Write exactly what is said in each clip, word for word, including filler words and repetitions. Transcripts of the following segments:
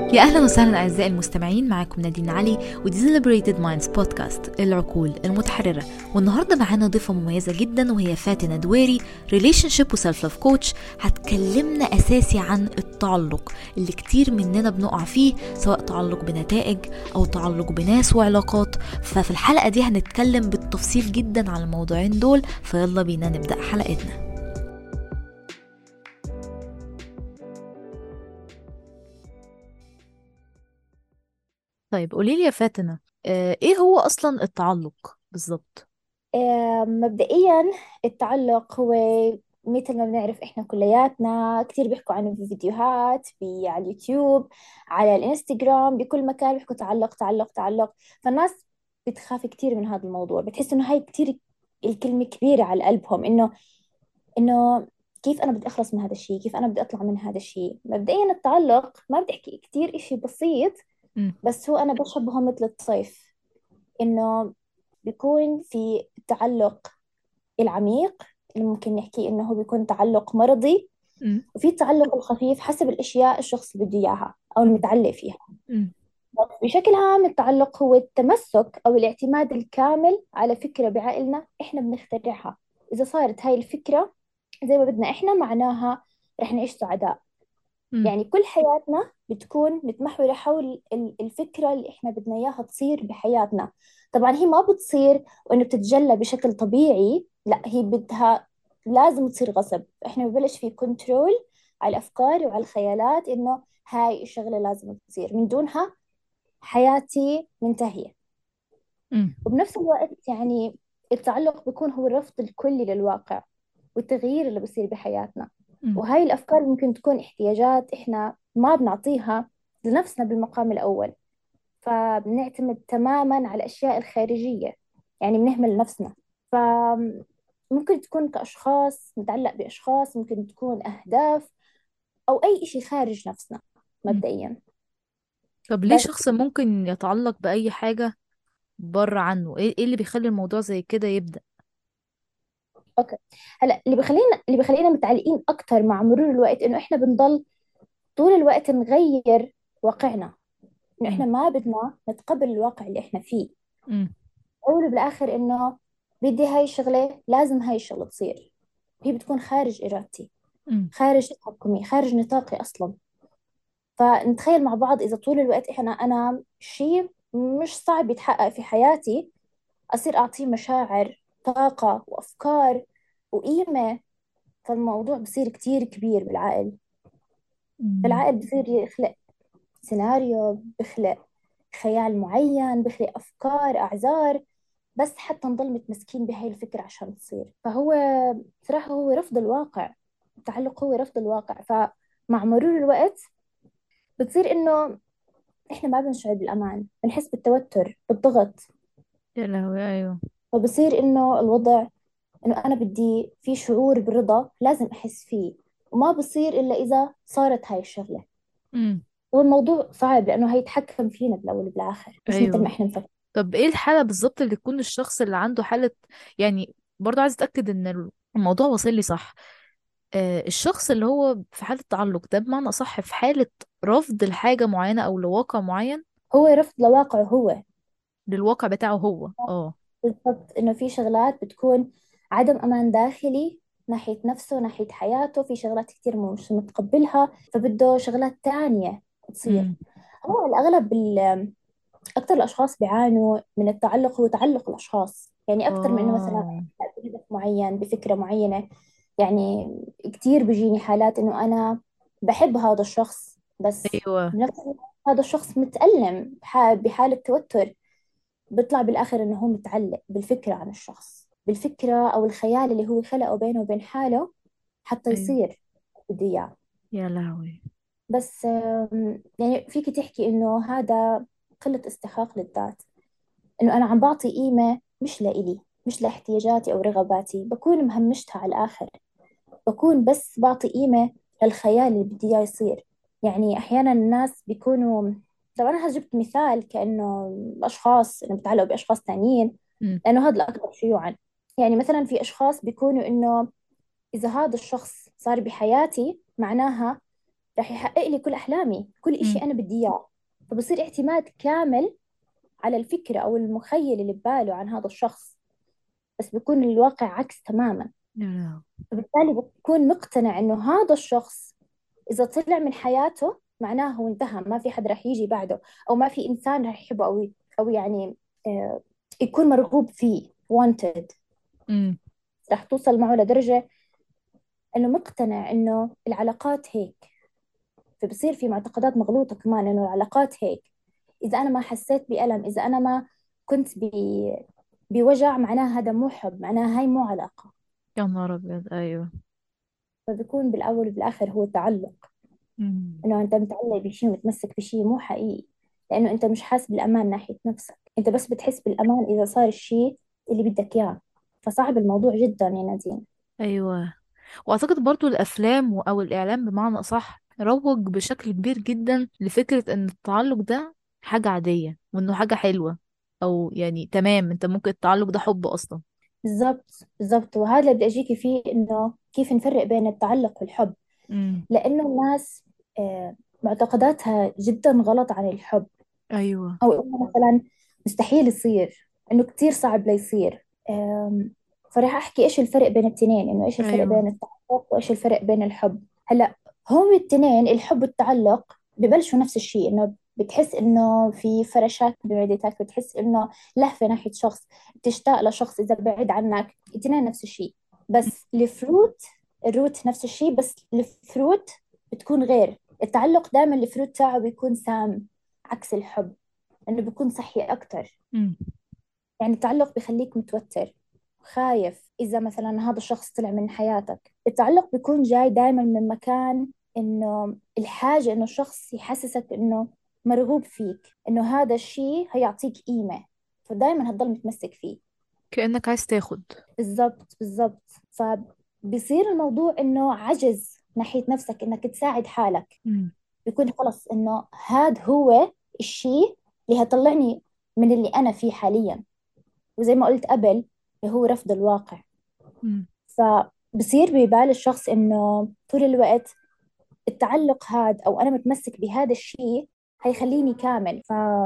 يا أهلا وسهلا أعزائي المستمعين، معكم نادين علي ودي Celebrated Minds بودكاست العقول المتحررة. والنهاردة معانا ضيفة مميزة جدا وهي فاتنة دويري، Relationship و Self Love Coach. هتكلمنا أساسي عن التعلق اللي كتير مننا بنقع فيه، سواء تعلق بنتائج أو تعلق بناس وعلاقات. ففي الحلقة دي هنتكلم بالتفصيل جدا عن الموضوعين دول، فيلا بينا نبدأ حلقتنا. طيب قوليلي يا فاتنة، آه، ايه هو اصلا التعلق بالظبط؟ آه، مبدئيا التعلق هو مثل ما بنعرف احنا كلياتنا كثير بيحكوا عنه في فيديوهات في على اليوتيوب، على الانستغرام، بكل مكان بيحكوا تعلق تعلق تعلق. فالناس بتخاف كثير من هذا الموضوع، بتحس انه هاي كثير الكلمة كبيرة على قلبهم، انه انه كيف انا بدي اخلص من هذا الشيء، كيف انا بدي اطلع من هذا الشيء. مبدئيا التعلق ما بدي احكي كثير اشي بسيط، مم. بس هو انا بشبهه مثل الطيف، انه بيكون في تعلق العميق اللي ممكن نحكي إنه هو بيكون تعلق مرضي، مم. وفي التعلق الخفيف حسب الأشياء الشخص اللي بده إياها أو مم. المتعلق فيها. مم. بشكل عام التعلق هو التمسك أو الاعتماد الكامل على فكرة بعقلنا إحنا بنخترعها. إذا صارت هاي الفكرة زي ما بدنا إحنا، معناها رح نعيش سعداء. مم. يعني كل حياتنا بتكون متمحورة حول ال- الفكرة اللي إحنا بدنا إياها تصير بحياتنا. طبعا هي ما بتصير وإنه بتتجلى بشكل طبيعي، لا، هي بدها لازم تصير غصب. إحنا ببلش في كنترول على الأفكار وعلى الخيالات، إنه هاي الشغلة لازم تصير، من دونها حياتي منتهية. مم. وبنفس الوقت يعني التعلق بيكون هو الرفض الكلي للواقع والتغيير اللي بصير بحياتنا. مم. وهاي الأفكار ممكن تكون احتياجات إحنا ما بنعطيها لنفسنا بالمقام الأول، فبنعتمد تماما على الأشياء الخارجية، يعني بنهمل نفسنا. فممكن تكون كأشخاص، متعلق بأشخاص، ممكن تكون أهداف أو أي إشي خارج نفسنا مم. مبدئيا. طب ليه بس شخص ممكن يتعلق بأي حاجة بره عنه؟ ايه إيه اللي بيخلي الموضوع زي كده يبدأ؟ أوكي، هلا اللي بخلينا اللي بخلينا متعلقين أكثر مع مرور الوقت إنه إحنا بنضل طول الوقت نغير واقعنا، إنه مم. إحنا ما بدنا نتقبل الواقع اللي إحنا فيه. مم. أقول بالآخر إنه بدي هاي الشغلة، لازم هاي الشغلة تصير. هي بتكون خارج إرادتي، مم. خارج تحكمي، خارج نطاقي أصلا. فنتخيل مع بعض إذا طول الوقت إحنا أنا شيء مش صعب يتحقق في حياتي، أصير أعطيه مشاعر، طاقة وأفكار وقيمة. فالموضوع بصير كتير كبير بالعقل. مم. فالعقل بصير يخلق سيناريو، بخلق خيال معين، بخلق أفكار، أعذار، بس حتى نضل متمسكين بهاي الفكرة عشان تصير. فهو صراحة هو رفض الواقع. التعلق هو رفض الواقع. فمع مرور الوقت بتصير إنه إحنا ما بنشعر بالأمان، بنحس بالتوتر، بالضغط. يا لهوي، ايوه. فبصير إنه الوضع إنه أنا بدي في شعور بالرضا لازم أحس فيه، وما بصير إلا إذا صارت هاي الشغلة. مم. والموضوع صعب لأنه هيتحكم فينا بالأول وبالآخر، مش مثل ما ايوه. إحنا نفكر. طب ايه الحالة بالظبط اللي يكون الشخص اللي عنده حالة، يعني برضه عايز اتأكد ان الموضوع واصل لي صح. آه الشخص اللي هو في حالة تعلق ده بمعنى صح في حالة رفض لحاجة معينة او لواقع معين؟ هو رفض لواقعه هو. للواقع بتاعه هو، اه. بالضبط، إنه في شغلات بتكون عدم أمان داخلي ناحية نفسه، ناحية حياته. في شغلات كتير مش متقبلها، فبده شغلات تانية تصير. امم. هو على الأغلب ال- أكثر الأشخاص بيعانوا من التعلق هو تعلق الأشخاص، يعني أكثر من إنه مثلا اه. بهدف معين، بفكرة معينة. يعني كتير بيجيني حالات إنه أنا بحب هذا الشخص، بس ايوه. بنفس الوقت هذا الشخص متألم بح- بحالة توتر. بيطلع بالآخر إنه هو متعلق بالفكرة عن الشخص، بالفكرة أو الخيال اللي هو خلقه بينه وبين حاله حتى ايوه. يصير بده إياه. يا لهوي. بس آم، يعني فيك تحكي إنه هذا قلة استحقاق للذات، إنه أنا عم بعطي قيمة مش لإلي، مش لاحتياجاتي أو رغباتي، بكون مهمشتها على الآخر. بكون بس بعطي قيمة للخيال اللي بدي إياه يصير. يعني أحيانا الناس بيكونوا، طبعا أنا جبت مثال كأنه أشخاص إنه بتعلقوا بأشخاص تانيين، امم. لأنه هذا الأكثر شيوعا. يعني مثلا في أشخاص بيكونوا إنه إذا هذا الشخص صار بحياتي معناها راح يحقق لي كل أحلامي، كل إشي امم. أنا بدي إياه. فبصير اعتماد كامل على الفكرة أو المخيل اللي بباله عن هذا الشخص، بس بيكون الواقع عكس تماما. يا لهوي. فبالتالي بكون مقتنع إنه هذا الشخص إذا طلع من حياته معناه هو انتهى، ما في حد راح يجي بعده، أو ما في إنسان راح يحبه، أو أو يعني آه، يكون مرغوب فيه wanted. امم. راح توصل معه لدرجة إنه مقتنع إنه العلاقات هيك. فبصير في معتقدات مغلوطة كمان إنه العلاقات هيك. إذا أنا ما حسيت بألم، إذا أنا ما كنت ب... بوجع، معناها هذا مو حب، معناها هاي مو علاقة. يا نهار ابيض، ايوه. فبيكون بالأول وبالآخر هو تعلق. امم. إنه أنت متعلق بشيء ومتمسك بشيء مو حقيقي، لأنه أنت مش حاسس بالأمان ناحية نفسك. أنت بس بتحس بالأمان إذا صار الشيء اللي بدك إياه. فصعب الموضوع جدا يا نادين. ايوه. واعتقد برضو الافلام و- او الاعلام بمعنى اصح روج بشكل كبير جدا لفكرة ان التعلق ده حاجة عادية وانه حاجة حلوة، او يعني تمام انت ممكن التعلق ده حب اصلا. بالضبط بالضبط، وهذا اللي بدي أجيكي فيه، إنه كيف نفرق بين التعلق والحب. امم. لأنه الناس آه، معتقداتها جدا غلط عن الحب. ايوه. أو إنه مثلا مستحيل يصير، إنه كتير صعب ليصير. آم، فراح أحكي إيش الفرق بين التنين، إنه إيش الفرق ايوه. بين التعلق وإيش الفرق بين الحب. هلا هم التنين، الحب والتعلق، ببلشوا نفس الشيء. إنه بتحس إنه في فراشات بمعدتك، بتحس إنه لهفة ناحية شخص، بتشتاق لشخص إذا بعد عنك. التنين نفس الشيء، بس الفروت، الروت نفس الشيء، بس الفروت بتكون غير. التعلق دائما الفروت تاعه بيكون سام، عكس الحب، انه بيكون صحي اكتر. امم. يعني التعلق بيخليك متوتر، خايف اذا مثلا هذا الشخص طلع من حياتك. التعلق بيكون جاي دائما من مكان انه الحاجة، انه الشخص يحسسك انه مرغوب فيك، انه هذا الشيء هيعطيك قيمة، فدائما هتضل متمسك فيه. كأنك عايز تاخد. بالضبط بالضبط. فبصير الموضوع انه عجز ناحية نفسك انك تساعد حالك. امم. بيكون خلص انه هذا هو الشيء اللي هيطلعني من اللي انا فيه حاليا. وزي ما قلت قبل، اللي هو رفض الواقع. امم. فبصير ببال الشخص إنه طول الوقت التعلق هذا، أو أنا متمسك بهذا الشيء، هيخليني كامل.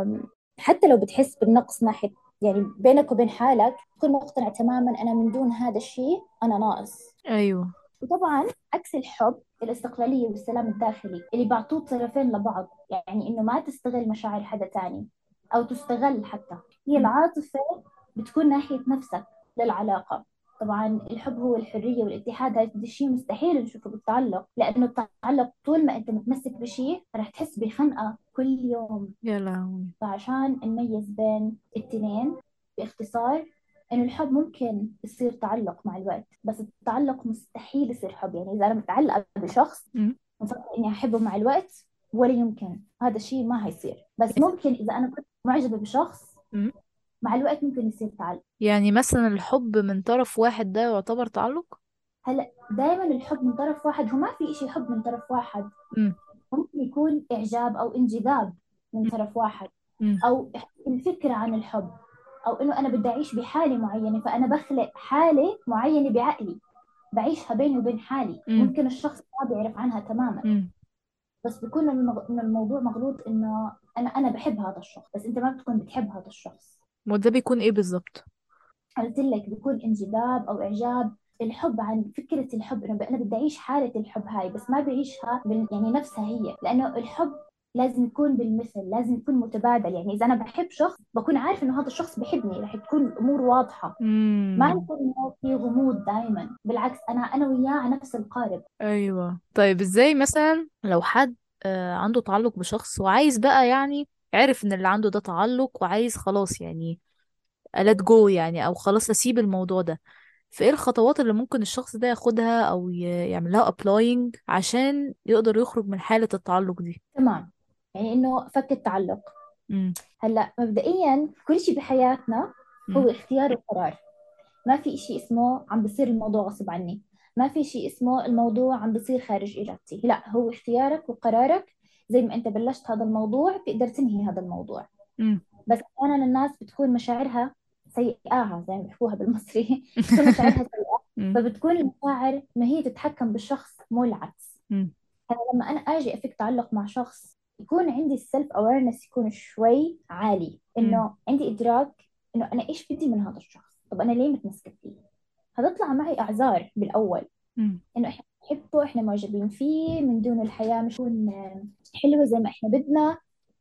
فحتى لو بتحس بالنقص ناحية، يعني بينك وبين حالك، تكون مقتنع تماما أنا من دون هذا الشيء أنا ناقص. ايوه. وطبعا عكس الحب، الاستقلالية والسلام الداخلي اللي بعطوه الطرفين لبعض. يعني إنه ما تستغل مشاعر حدا تاني، أو تستغل حتى. هي مم. العاطفة بتكون ناحية نفسك للعلاقة. طبعا الحب هو الحرية والاتحاد، هذا الشيء مستحيل نشوفه بالتعلق، لأنه التعلق طول ما أنت متمسك بشيء رح تحس بخنقة كل يوم. يا لهوي. فعشان نميز بين التنين باختصار، إنه الحب ممكن يصير تعلق مع الوقت، بس التعلق مستحيل يصير حب. يعني إذا أنا متعلقة بشخص امم. ومفكرة إني أحبه مع الوقت، ولا يمكن، هذا الشيء ما هيصير. بس ممكن إذا أنا كنت معجبة بشخص، امم. مع الوقت ممكن يصير تعلق. يعني مثلا الحب من طرف واحد ده يعتبر تعلق؟ هلا دائما الحب من طرف واحد، هو ما في إشي حب من طرف واحد. امم. ممكن يكون إعجاب أو انجذاب من طرف واحد، امم. أو الفكرة عن الحب، أو إنه أنا بدي أعيش بحالة معينة، فأنا بخلق حالة معينة بعقلي بعيشها بيني وبين حالي. امم. ممكن الشخص ما بيعرف عنها تماما، امم. بس بيكون المغ... إنه الموضوع مغلوط، إنه أنا أنا بحب هذا الشخص، بس أنت ما بتكون بتحب هذا الشخص. وده بيكون ايه بالظبط؟ قلت لك بيكون انجذاب أو إعجاب. الحب عن فكرة الحب، إنه أنا بدي أعيش حالة الحب هاي، بس ما بعيشها بال... يعني نفسها هي. لأنه الحب لازم يكون بالمثل، لازم يكون متبادل. يعني إذا أنا بحب شخص بكون عارف إنه هذا الشخص بحبني، رح تكون الأمور واضحة. ما امم. يكون إنه في غموض دائما، بالعكس أنا أنا وياه على نفس القارب. ايوه. طيب ازاي مثلا لو حد آه عنده تعلق بشخص وعايز بقى يعني عرف ان اللي عنده ده تعلق وعايز خلاص يعني let go يعني او خلاص اسيب الموضوع ده، فايه الخطوات اللي ممكن الشخص ده ياخدها او ي- يعمل لها applying عشان يقدر يخرج من حالة التعلق دي؟ تمام. يعني إنه فك التعلق. امم. هلا مبدئيا كل شيء بحياتنا امم. هو اختيار وقرار. ما في إشي اسمه عم بصير الموضوع غصب عني، ما في شيء اسمه الموضوع عم بصير خارج إرادتي. لا، هو اختيارك وقرارك. زي ما أنت بلشت هذا الموضوع بتقدر تنهي هذا الموضوع. امم. بس أحيانا الناس بتكون مشاعرها سيئاها، زي ما بيحكوها بالمصري بتكون مشاعرها سيئة. امم. فبتكون المشاعر ما هي تتحكم بالشخص، مو العكس. امم. أنا لما أنا أجي أفك تعلق مع شخص يكون عندي السلف أويرنس يكون شوي عالي، امم. إنه عندي إدراك إنه أنا إيش بدي من هذا الشخص، طب أنا ليه متمسكة فيه. هتطلع معي أعذار بالأول، امم. إنه إحنا بنحبه، إحنا معجبين فيه، من دون الحياة مش تكون حلوة زي ما إحنا بدنا،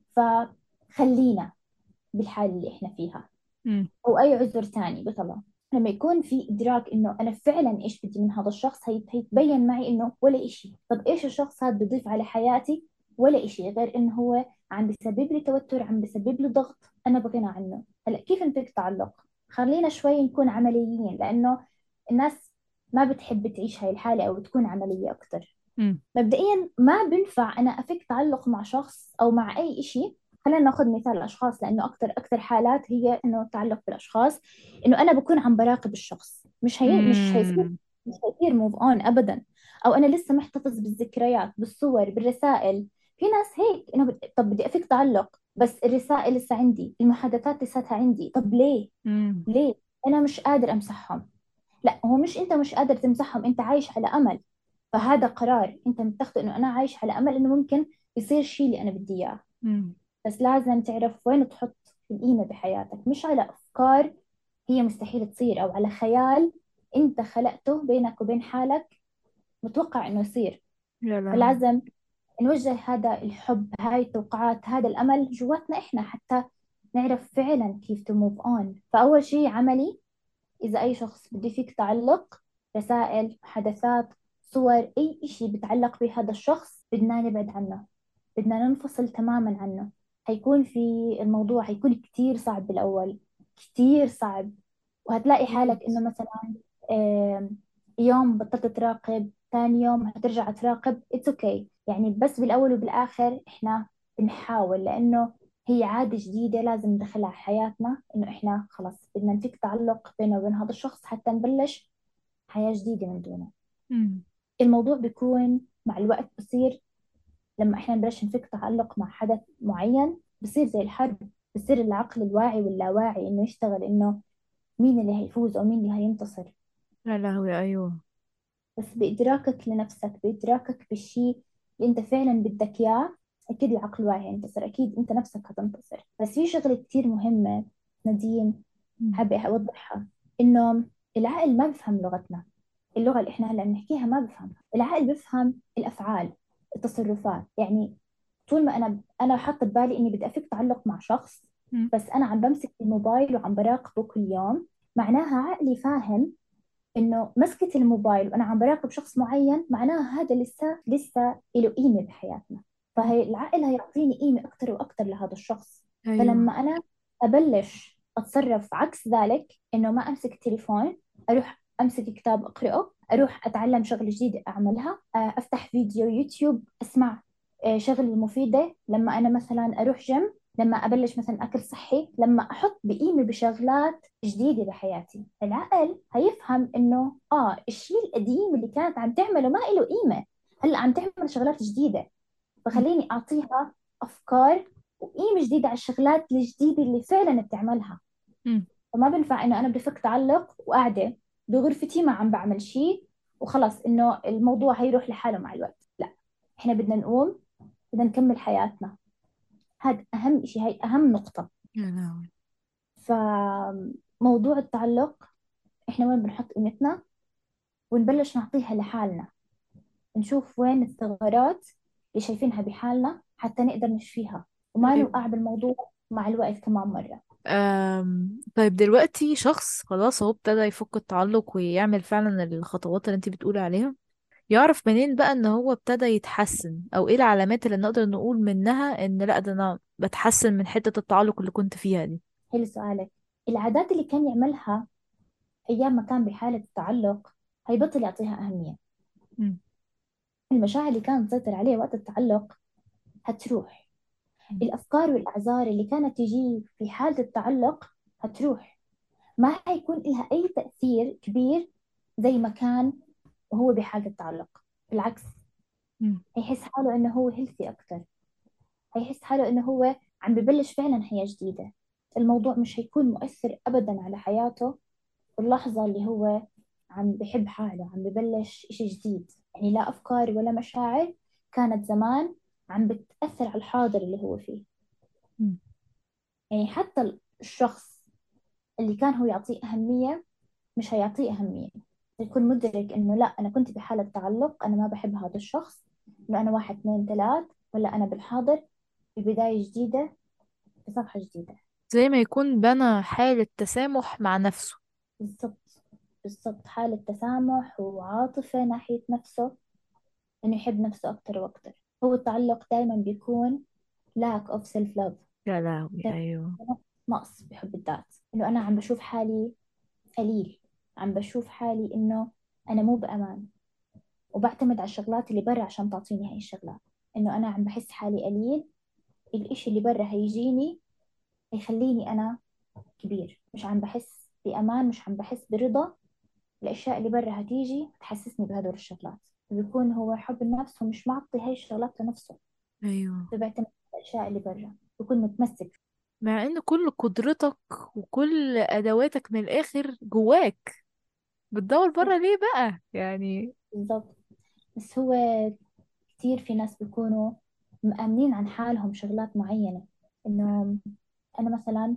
فخلينا بالحال اللي إحنا فيها، امم. أو أي عذر تاني بطلع. لما يكون في إدراك إنه أنا فعلا إيش بدي من هذا الشخص، هي هيتبين معي إنه ولا إشي. طب إيش الشخص هذا بيضيف على حياتي؟ ولا إشي، غير إنه هو عم بيسبب لي توتر، عم بيسبب لي ضغط أنا بغنى عنه. هلا كيف نفك تعلق؟ خلينا شوي نكون عمليين، لأنه الناس ما بتحب تعيش هاي الحالة أو تكون عملية أكتر. امم. مبدئيا ما بنفع أنا أفك تعلق مع شخص أو مع أي إشي. خلينا ناخذ مثال الأشخاص، لأنه أكثر أكثر حالات هي إنه التعلق بالأشخاص، إنه أنا بكون عم براقب الشخص، مش هي مش هيصير امم. مش هيصير موف أون أبدا، أو أنا لسه محتفظ بالذكريات بالصور بالرسائل. في ناس هيك إنه بد... طب بدي أفك تعلق بس الرسائل لسه عندي، المحادثات لساتها عندي، طب ليه؟ امم. ليه؟ أنا مش قادر أمسحهم. لا، هو مش انت مش قادر تمسحهم، انت عايش على امل. فهذا قرار انت متخذه، انه انا عايش على امل انه ممكن يصير شيء اللي انا بدي اياه. امم. بس لازم تعرف وين تحط القيمة بحياتك، مش على افكار هي مستحيل تصير، او على خيال انت خلقته بينك وبين حالك متوقع انه يصير. يا لهوي. فلازم نوجه هذا الحب، هاي التوقعات، هذا الامل جواتنا احنا، حتى نعرف فعلا كيف تو موف اون. فاول شيء عملي، إذا أي شخص بده فيك تعلق، رسائل، محادثات، صور، أي إشي بتعلق بهذا الشخص بدنا نبعد عنه، بدنا ننفصل تماما عنه. حيكون في الموضوع حيكون كتير صعب بالأول، كتير صعب. وهتلاقي أكيد. حالك إنه مثلا آم، يوم بطلت تراقب، ثاني يوم هترجع تراقب. اتس اوكي okay. يعني بس بالأول وبالآخر إحنا بنحاول، لأنه هي عادة جديدة لازم ندخلها على حياتنا، إنه إحنا خلص بدنا نفك تعلق بيننا وبين هذا الشخص حتى نبلش حياة جديدة من دونه. امم. الموضوع بيكون مع الوقت بصير، لما إحنا نبلش نفك تعلق مع حدث معين بصير زي الحرب. بصير العقل الواعي واللاواعي إنه يشتغل، إنه مين اللي هيفوز أو مين اللي هينتصر. يا لهوي، ايوه. بس بإدراكك لنفسك، بإدراكك بالشيء اللي أنت فعلا بدك إياه، أكيد العقل الواعي هينتصر، أكيد أنت نفسك هتنتصر. بس في شغلة كتير مهمة نادين، مم. حابة أوضحها، إنه العقل ما بفهم لغتنا، اللغة اللي إحنا هلا بنحكيها ما بفهمها. العقل بفهم الأفعال، التصرفات. يعني طول ما أنا أنا حاطة ببالي إني بدي أفك تعلق مع شخص، مم. بس أنا عم بمسك الموبايل وعم براقبه كل يوم، معناها عقلي فاهم إنه مسكة الموبايل وأنا عم براقب شخص معين معناها هذا لسه لسه له قيمة بحياتنا. فهي العقل هيعطيني قيمة أكتر وأكتر لهذا الشخص. ايوه. فلما أنا أبلش أتصرف عكس ذلك، إنه ما أمسك التليفون، أروح أمسك كتاب أقرأه، أروح أتعلم شغلة جديدة أعملها، آه، أفتح فيديو يوتيوب أسمع آه، شغلة مفيدة، لما أنا مثلا أروح جيم، لما أبلش مثلا أكل صحي، لما أحط بقيمة بشغلات جديدة بحياتي، العقل هيفهم إنه آه الشيء القديم اللي كانت عم تعمله ما له قيمة، هلا عم تعمل شغلات جديدة، مم. فخليني أعطيها أفكار وقيمة جديدة على الشغلات الجديدة اللي فعلا بتعملها. مم. فما بنفع إنه أنا بدي فك تعلق وقاعدة بغرفتي ما عم بعمل شيء وخلص إنه الموضوع هيروح لحاله مع الوقت. لا، إحنا بدنا نقوم، بدنا نكمل حياتنا. هذا أهم شيء، هاي أهم نقطة. يا لهوي. فموضوع التعلق إحنا وين بنحط قيمتنا، ونبلش نعطيها لحالنا، نشوف وين الثغرات اللي شايفينها بحالنا حتى نقدر نشفيها، وما ايوه. نوقع بالموضوع مع الوقت كمان مرة. أم... طيب دلوقتي شخص خلاص هو ابتدى يفك التعلق ويعمل فعلا الخطوات اللي انت بتقولي عليها، يعرف منين بقى ان هو ابتدى يتحسن؟ او ايه العلامات اللي نقدر نقول منها ان لا ده انا بتحسن من حتة التعلق اللي كنت فيها دي؟ حلو سؤالك. العادات اللي كان يعملها أيام ما كان بحالة التعلق هيبطل يعطيها أهمية. مم. المشاعر اللي كانت تسيطر عليه وقت التعلق هتروح. مم. الأفكار والأعذار اللي كانت تجي في حالة التعلق هتروح. ما هيكون لها أي تأثير كبير زي ما كان وهو بحالة التعلق. بالعكس، مم. هيحس حاله إنه هو هيلثي أكتر، هيحس حاله إنه هو عم ببلش فعلا حياة جديدة. الموضوع مش هيكون مؤثر أبدا على حياته اللحظة اللي هو عم بحب حاله، عم ببلش إشي جديد. يعني لا أفكار ولا مشاعر كانت زمان عم بتأثر على الحاضر اللي هو فيه. مم. يعني حتى الشخص اللي كان هو يعطيه أهمية مش هيعطيه أهمية، يكون مدرك إنه لا، أنا كنت بحالة تعلق، أنا ما بحب هذا الشخص، إنه أنا واحد اثنين ثلاث، ولا أنا بالحاضر في بداية جديدة، في صفحة جديدة. زي ما يكون بنى حالة تسامح مع نفسه. بالضبط. بالضبط، حالة تسامح وعاطفة ناحية نفسه، إنه يحب نفسه أكتر وأكتر. هو التعلق دائما بيكون lack of self love، يا لهوي، ايوه. نقص بحب الذات، إنه أنا عم بشوف حالي قليل، عم بشوف حالي إنه أنا مو بأمان، وبعتمد على الشغلات اللي برا عشان تعطيني هاي الشغلات. إنه أنا عم بحس حالي قليل، الإشي اللي برا هيجيني هيخليني أنا كبير، مش عم بحس بأمان، مش عم بحس برضا. الأشياء اللي برا هتيجي تحسسني بهدول الشغلات. بيكون هو حب النفس ومش معطي هاي الشغلات لنفسه، ايوه، فبيعتمد على الأشياء اللي برا، بيكون متمسك. مع ان كل قدرتك وكل ادواتك من الاخر جواك، بتدور بره ليه بقى يعني؟ بالضبط. بس هو كتير في ناس بيكونوا مأمنين عن حالهم شغلات معينة، إنه أنا مثلا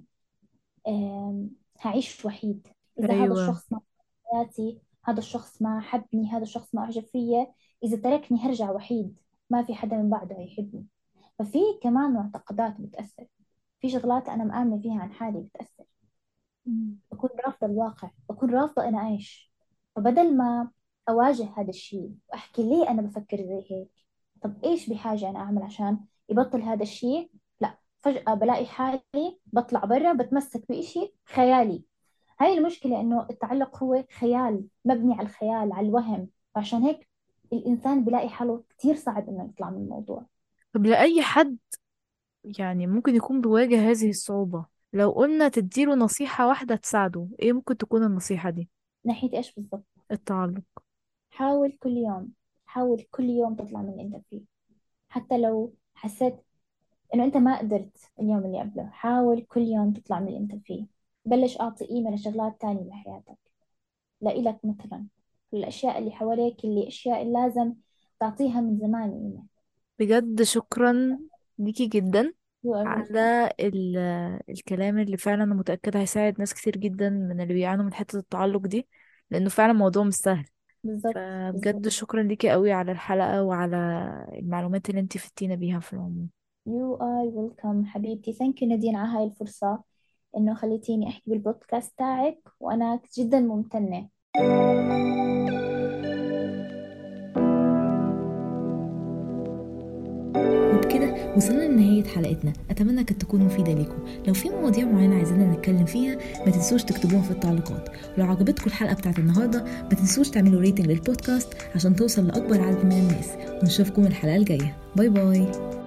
آم، هعيش وحيد، إذا هذا ايوه. الشخص ما في حياتي، هذا الشخص ما حبني، هذا الشخص ما أعجب فيا، إذا تركني هرجع وحيد، ما في حدا من بعده هيحبني. ففي كمان معتقدات بتأثر، في شغلات أنا مآمنة فيها عن حالي بتأثر. مم. بكون رافضة الواقع، بكون رافضة أنا أعيش. فبدل ما أواجه هذا الشيء وأحكي ليه أنا بفكر زي هيك، طب إيش بحاجة أنا أعمل عشان يبطل هذا الشيء، لا، فجأة بلاقي حالي بطلع برا بتمسك بإشي خيالي. هاي المشكلة، إنه التعلق هو خيال مبني على الخيال، على الوهم، فعشان هيك الإنسان بلاقي حاله كتير صعب إنه يطلع من الموضوع. طب لأي حد يعني ممكن يكون بيواجه هذه الصعوبة، لو قلنا تديله نصيحة واحدة تساعده، ايه ممكن تكون النصيحة دي؟ ناحية إيش بالضبط؟ التعلق. حاول كل يوم، حاول كل يوم تطلع من اللي أنت فيه. حتى لو حسيت انه انت ما قدرت اليوم اللي قبله، حاول كل يوم تطلع من اللي انت فيه. بلش اعطي قيمة لشغلات تانية بحياتك، لإلك مثلا، الاشياء اللي حواليك، اللي اشياء اللي لازم تعطيها من زمان قيمة. بجد شكرا ليكي جدا You are welcome. على ال- الكلام اللي فعلا أنا متأكدة هيساعد ناس كتير جدا من اللي بيعانوا من حتة التعلق دي، لأنه فعلا موضوع مش سهل. بالضبط. بالضبط. فبجد شكرا ليكي قوي على الحلقة وعلى المعلومات اللي انتي فتينا بيها في العموم. You are welcome حبيبتي. ثانك يو نادين على هاي الفرصة، انه خليتيني احكي بالبودكاست تاعك، وانا جدا ممتنة. وبكده وصلنا لنهاية حلقتنا، أتمنى كانت تكون مفيدة ليكم. لو في مواضيع معينة عايزيننا نتكلم فيها ما تنسوش تكتبوها في التعليقات، ولو عجبتكم الحلقة بتاعت النهاردة ما تنسوش تعملوا ريتنج للبودكاست عشان توصل لأكبر عدد من الناس، ونشوفكم الحلقة الجاية. باي باي.